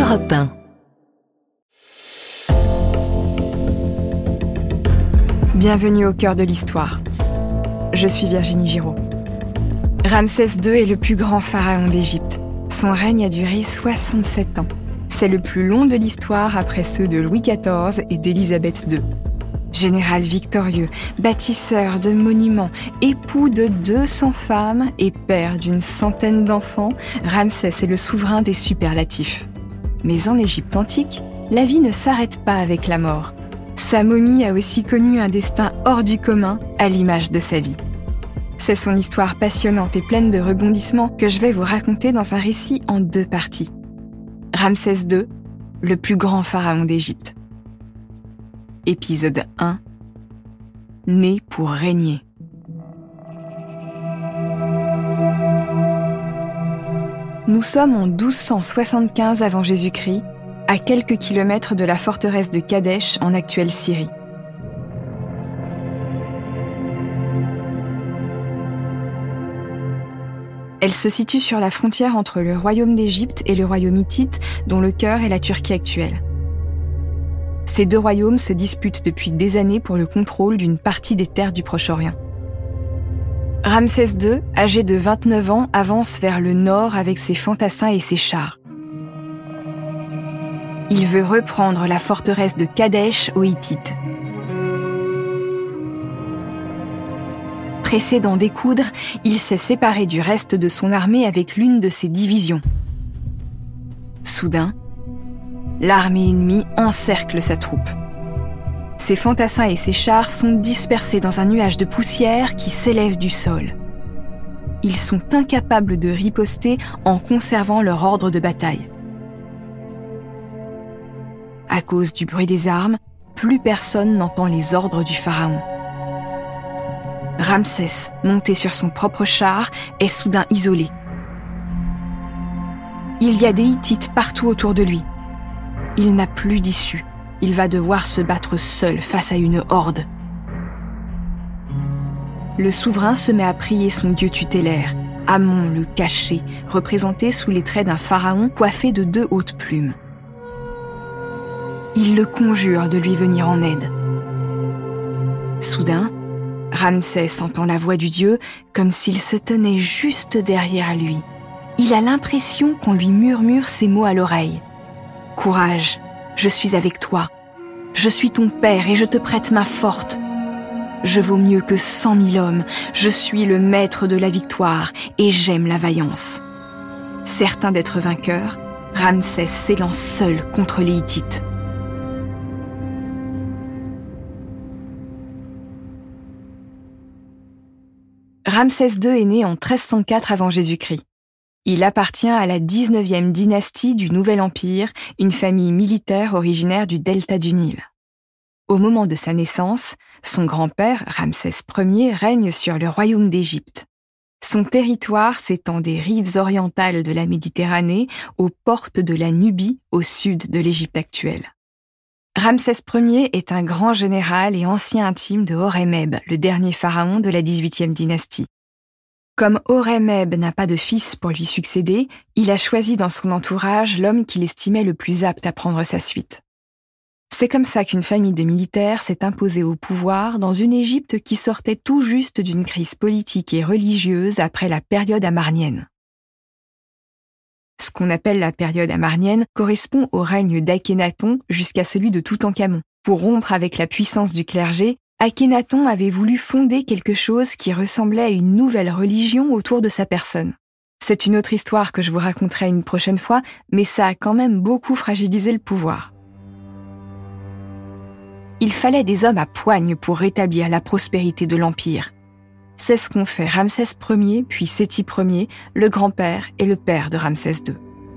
Europe 1. Bienvenue au cœur de l'histoire. Je suis Virginie Giraud. Ramsès II est le plus grand pharaon d'Égypte. Son règne a duré 67 ans. C'est le plus long de l'histoire après ceux de Louis XIV et d'Élisabeth II. Général victorieux, bâtisseur de monuments, époux de 200 femmes et père d'une centaine d'enfants, Ramsès est le souverain des superlatifs. Mais en Égypte antique, la vie ne s'arrête pas avec la mort. Sa momie a aussi connu un destin hors du commun, à l'image de sa vie. C'est son histoire passionnante et pleine de rebondissements que je vais vous raconter dans un récit en 2 parties. Ramsès II, le plus grand pharaon d'Égypte. Épisode 1. Né pour régner. Nous sommes en 1275 avant Jésus-Christ, à quelques kilomètres de la forteresse de Kadesh en actuelle Syrie. Elle se situe sur la frontière entre le royaume d'Égypte et le royaume hittite, dont le cœur est la Turquie actuelle. Ces 2 royaumes se disputent depuis des années pour le contrôle d'une partie des terres du Proche-Orient. Ramsès II, âgé de 29 ans, avance vers le nord avec ses fantassins et ses chars. Il veut reprendre la forteresse de Kadesh aux Hittites. Pressé d'en découdre, il s'est séparé du reste de son armée avec l'une de ses divisions. Soudain, l'armée ennemie encercle sa troupe. Ses fantassins et ses chars sont dispersés dans un nuage de poussière qui s'élève du sol. Ils sont incapables de riposter en conservant leur ordre de bataille. À cause du bruit des armes, plus personne n'entend les ordres du pharaon. Ramsès, monté sur son propre char, est soudain isolé. Il y a des Hittites partout autour de lui. Il n'a plus d'issue. Il va devoir se battre seul face à une horde. Le souverain se met à prier son dieu tutélaire, Amon le caché, représenté sous les traits d'un pharaon coiffé de 2 hautes plumes. Il le conjure de lui venir en aide. Soudain, Ramsès entend la voix du dieu comme s'il se tenait juste derrière lui. Il a l'impression qu'on lui murmure ces mots à l'oreille. « Courage, je suis avec toi. Je suis ton père et je te prête main forte. Je vaux mieux que 100 000 hommes. Je suis le maître de la victoire et j'aime la vaillance. » Certain d'être vainqueur, Ramsès s'élance seul contre les Hittites. Ramsès II est né en 1304 avant Jésus-Christ. Il appartient à la 19e dynastie du Nouvel Empire, une famille militaire originaire du delta du Nil. Au moment de sa naissance, son grand-père, Ramsès Ier, règne sur le royaume d'Égypte. Son territoire s'étend des rives orientales de la Méditerranée aux portes de la Nubie, au sud de l'Égypte actuelle. Ramsès Ier est un grand général et ancien intime de Horemheb, le dernier pharaon de la 18e dynastie. Comme Horemheb n'a pas de fils pour lui succéder, il a choisi dans son entourage l'homme qu'il estimait le plus apte à prendre sa suite. C'est comme ça qu'une famille de militaires s'est imposée au pouvoir dans une Égypte qui sortait tout juste d'une crise politique et religieuse après la période amarnienne. Ce qu'on appelle la période amarnienne correspond au règne d'Akhénaton jusqu'à celui de Toutankhamon. Pour rompre avec la puissance du clergé, Akhénaton avait voulu fonder quelque chose qui ressemblait à une nouvelle religion autour de sa personne. C'est une autre histoire que je vous raconterai une prochaine fois, mais ça a quand même beaucoup fragilisé le pouvoir. Il fallait des hommes à poigne pour rétablir la prospérité de l'Empire. C'est ce qu'ont fait Ramsès Ier puis Séti Ier, le grand-père et le père de Ramsès II.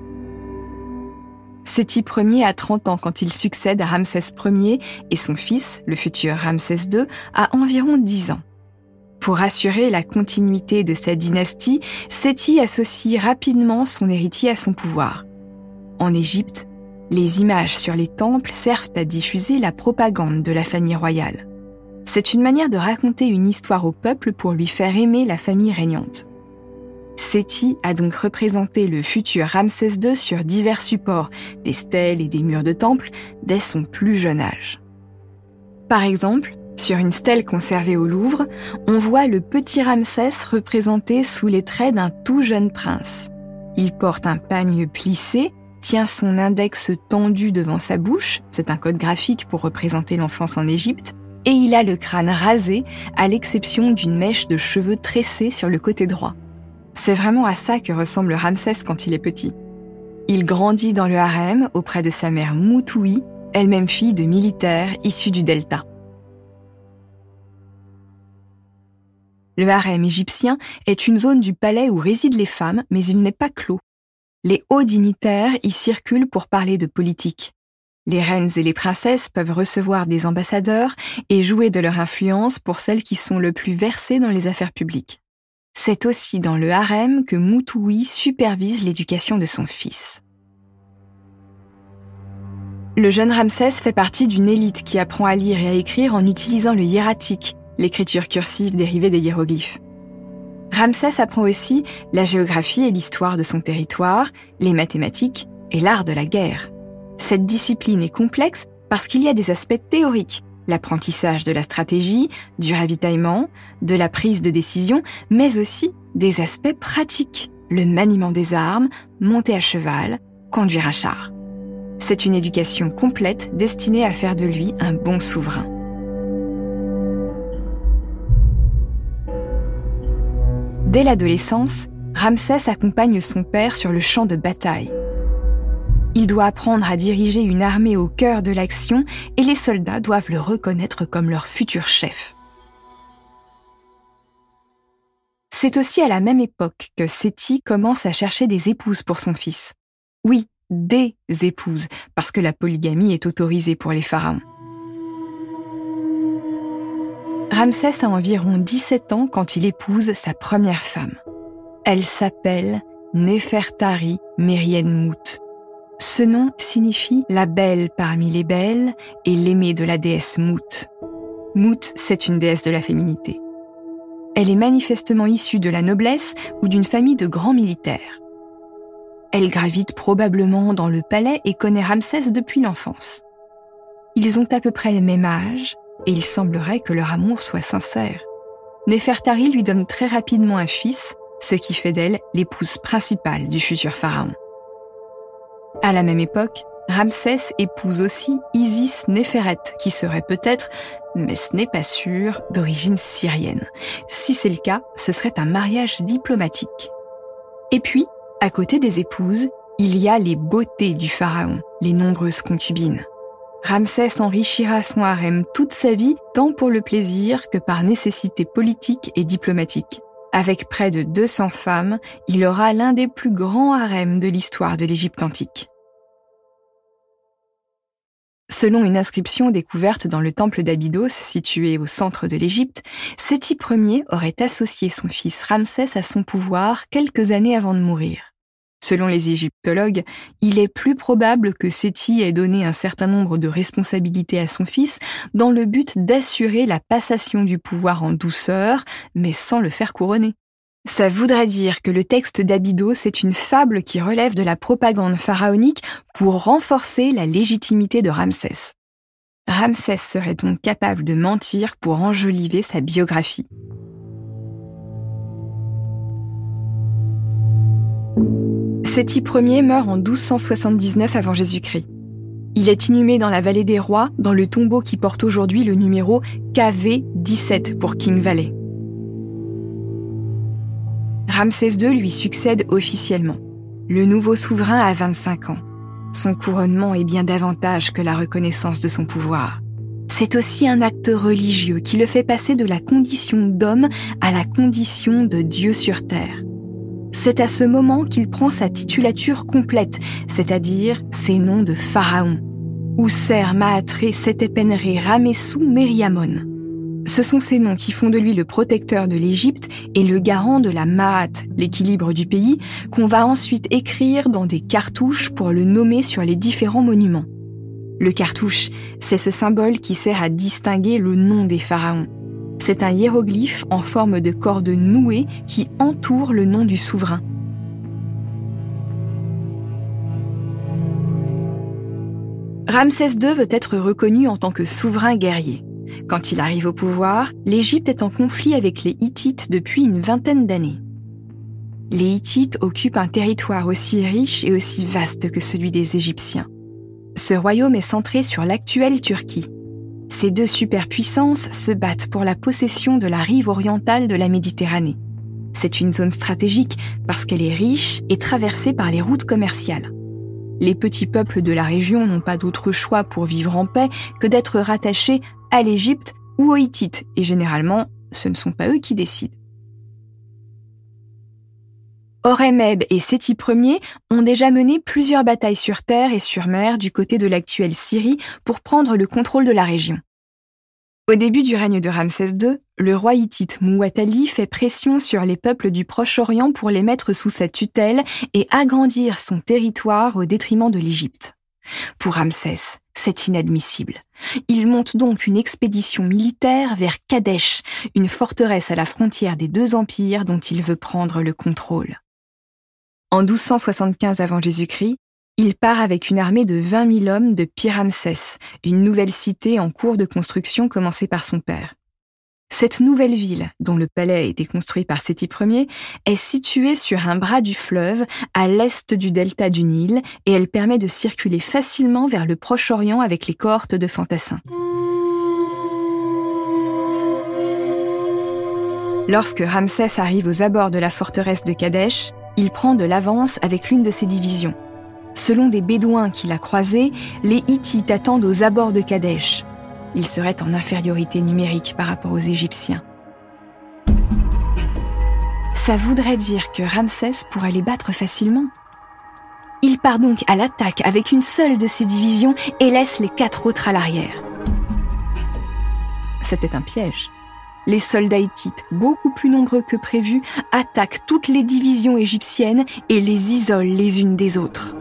Séti Ier a 30 ans quand il succède à Ramsès Ier et son fils, le futur Ramsès II, a environ 10 ans. Pour assurer la continuité de sa dynastie, Séti associe rapidement son héritier à son pouvoir. En Égypte, les images sur les temples servent à diffuser la propagande de la famille royale. C'est une manière de raconter une histoire au peuple pour lui faire aimer la famille régnante. Séti a donc représenté le futur Ramsès II sur divers supports, des stèles et des murs de temples, dès son plus jeune âge. Par exemple, sur une stèle conservée au Louvre, on voit le petit Ramsès représenté sous les traits d'un tout jeune prince. Il porte un pagne plissé, tient son index tendu devant sa bouche, c'est un code graphique pour représenter l'enfance en Égypte, et il a le crâne rasé, à l'exception d'une mèche de cheveux tressés sur le côté droit. C'est vraiment à ça que ressemble Ramsès quand il est petit. Il grandit dans le harem auprès de sa mère Moutoui, elle-même fille de militaires issus du Delta. Le harem égyptien est une zone du palais où résident les femmes, mais il n'est pas clos. Les hauts dignitaires y circulent pour parler de politique. Les reines et les princesses peuvent recevoir des ambassadeurs et jouer de leur influence pour celles qui sont le plus versées dans les affaires publiques. C'est aussi dans le harem que Moutoui supervise l'éducation de son fils. Le jeune Ramsès fait partie d'une élite qui apprend à lire et à écrire en utilisant le hiératique, l'écriture cursive dérivée des hiéroglyphes. Ramsès apprend aussi la géographie et l'histoire de son territoire, les mathématiques et l'art de la guerre. Cette discipline est complexe parce qu'il y a des aspects théoriques, l'apprentissage de la stratégie, du ravitaillement, de la prise de décision, mais aussi des aspects pratiques, le maniement des armes, monter à cheval, conduire un char. C'est une éducation complète destinée à faire de lui un bon souverain. Dès l'adolescence, Ramsès accompagne son père sur le champ de bataille. Il doit apprendre à diriger une armée au cœur de l'action et les soldats doivent le reconnaître comme leur futur chef. C'est aussi à la même époque que Séti commence à chercher des épouses pour son fils. Oui, des épouses, parce que la polygamie est autorisée pour les pharaons. Ramsès a environ 17 ans quand il épouse sa première femme. Elle s'appelle Néfertari Merienmout. Ce nom signifie la belle parmi les belles et l'aimée de la déesse Mout. Mout, c'est une déesse de la féminité. Elle est manifestement issue de la noblesse ou d'une famille de grands militaires. Elle gravite probablement dans le palais et connaît Ramsès depuis l'enfance. Ils ont à peu près le même âge et il semblerait que leur amour soit sincère. Néfertari lui donne très rapidement un fils, ce qui fait d'elle l'épouse principale du futur pharaon. À la même époque, Ramsès épouse aussi Isis Néferet, qui serait peut-être, mais ce n'est pas sûr, d'origine syrienne. Si c'est le cas, ce serait un mariage diplomatique. Et puis, à côté des épouses, il y a les beautés du pharaon, les nombreuses concubines. Ramsès enrichira son harem toute sa vie, tant pour le plaisir que par nécessité politique et diplomatique. Avec près de 200 femmes, il aura l'un des plus grands harems de l'histoire de l'Égypte antique. Selon une inscription découverte dans le temple d'Abydos, situé au centre de l'Égypte, Séti Ier aurait associé son fils Ramsès à son pouvoir quelques années avant de mourir. Selon les égyptologues, il est plus probable que Séti ait donné un certain nombre de responsabilités à son fils dans le but d'assurer la passation du pouvoir en douceur, mais sans le faire couronner. Ça voudrait dire que le texte d'Abydos est une fable qui relève de la propagande pharaonique pour renforcer la légitimité de Ramsès. Ramsès serait donc capable de mentir pour enjoliver sa biographie. Séti Ier meurt en 1279 avant Jésus-Christ. Il est inhumé dans la vallée des rois, dans le tombeau qui porte aujourd'hui le numéro KV17 pour King Valley. Ramsès II lui succède officiellement. Le nouveau souverain a 25 ans. Son couronnement est bien davantage que la reconnaissance de son pouvoir. C'est aussi un acte religieux qui le fait passer de la condition d'homme à la condition de Dieu sur terre. C'est à ce moment qu'il prend sa titulature complète, c'est-à-dire ses noms de pharaon. Ouser Maatré Setepenré Ramessou Meriamon. Ce sont ces noms qui font de lui le protecteur de l'Égypte et le garant de la Maat, l'équilibre du pays, qu'on va ensuite écrire dans des cartouches pour le nommer sur les différents monuments. Le cartouche, c'est ce symbole qui sert à distinguer le nom des pharaons. C'est un hiéroglyphe en forme de corde nouée qui entoure le nom du souverain. Ramsès II veut être reconnu en tant que souverain guerrier. Quand il arrive au pouvoir, l'Égypte est en conflit avec les Hittites depuis une vingtaine d'années. Les Hittites occupent un territoire aussi riche et aussi vaste que celui des Égyptiens. Ce royaume est centré sur l'actuelle Turquie. Ces deux superpuissances se battent pour la possession de la rive orientale de la Méditerranée. C'est une zone stratégique parce qu'elle est riche et traversée par les routes commerciales. Les petits peuples de la région n'ont pas d'autre choix pour vivre en paix que d'être rattachés à l'Égypte ou aux Hittites, et généralement, ce ne sont pas eux qui décident. Horemheb et Séti Ier ont déjà mené plusieurs batailles sur terre et sur mer du côté de l'actuelle Syrie pour prendre le contrôle de la région. Au début du règne de Ramsès II, le roi hittite Muwatalli fait pression sur les peuples du Proche-Orient pour les mettre sous sa tutelle et agrandir son territoire au détriment de l'Égypte. Pour Ramsès, c'est inadmissible. Il monte donc une expédition militaire vers Kadesh, une forteresse à la frontière des deux empires dont il veut prendre le contrôle. En 1275 avant Jésus-Christ, il part avec une armée de 20 000 hommes de Pi-Ramsès, une nouvelle cité en cours de construction commencée par son père. Cette nouvelle ville, dont le palais a été construit par Séti Ier, est située sur un bras du fleuve à l'est du delta du Nil et elle permet de circuler facilement vers le Proche-Orient avec les cohortes de fantassins. Lorsque Ramsès arrive aux abords de la forteresse de Kadesh, il prend de l'avance avec l'une de ses divisions. Selon des Bédouins qu'il a croisés, les Hittites attendent aux abords de Kadesh. Ils seraient en infériorité numérique par rapport aux Égyptiens. Ça voudrait dire que Ramsès pourrait les battre facilement. Il part donc à l'attaque avec une seule de ses divisions et laisse les 4 autres à l'arrière. C'était un piège. Les soldats hittites, beaucoup plus nombreux que prévu, attaquent toutes les divisions égyptiennes et les isolent les unes des autres.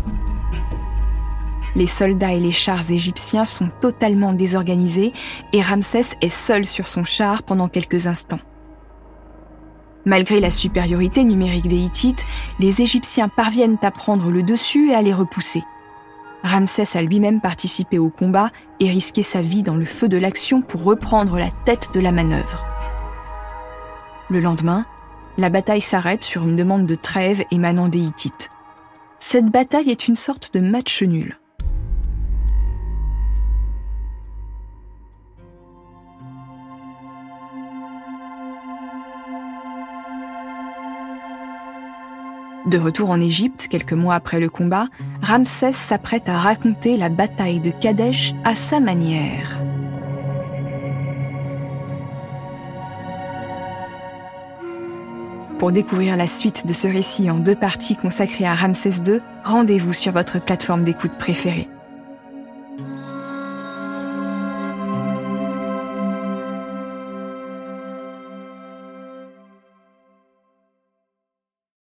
Les soldats et les chars égyptiens sont totalement désorganisés et Ramsès est seul sur son char pendant quelques instants. Malgré la supériorité numérique des Hittites, les Égyptiens parviennent à prendre le dessus et à les repousser. Ramsès a lui-même participé au combat et risqué sa vie dans le feu de l'action pour reprendre la tête de la manœuvre. Le lendemain, la bataille s'arrête sur une demande de trêve émanant des Hittites. Cette bataille est une sorte de match nul. De retour en Égypte, quelques mois après le combat, Ramsès s'apprête à raconter la bataille de Kadesh à sa manière. Pour découvrir la suite de ce récit en 2 parties consacrées à Ramsès II, rendez-vous sur votre plateforme d'écoute préférée.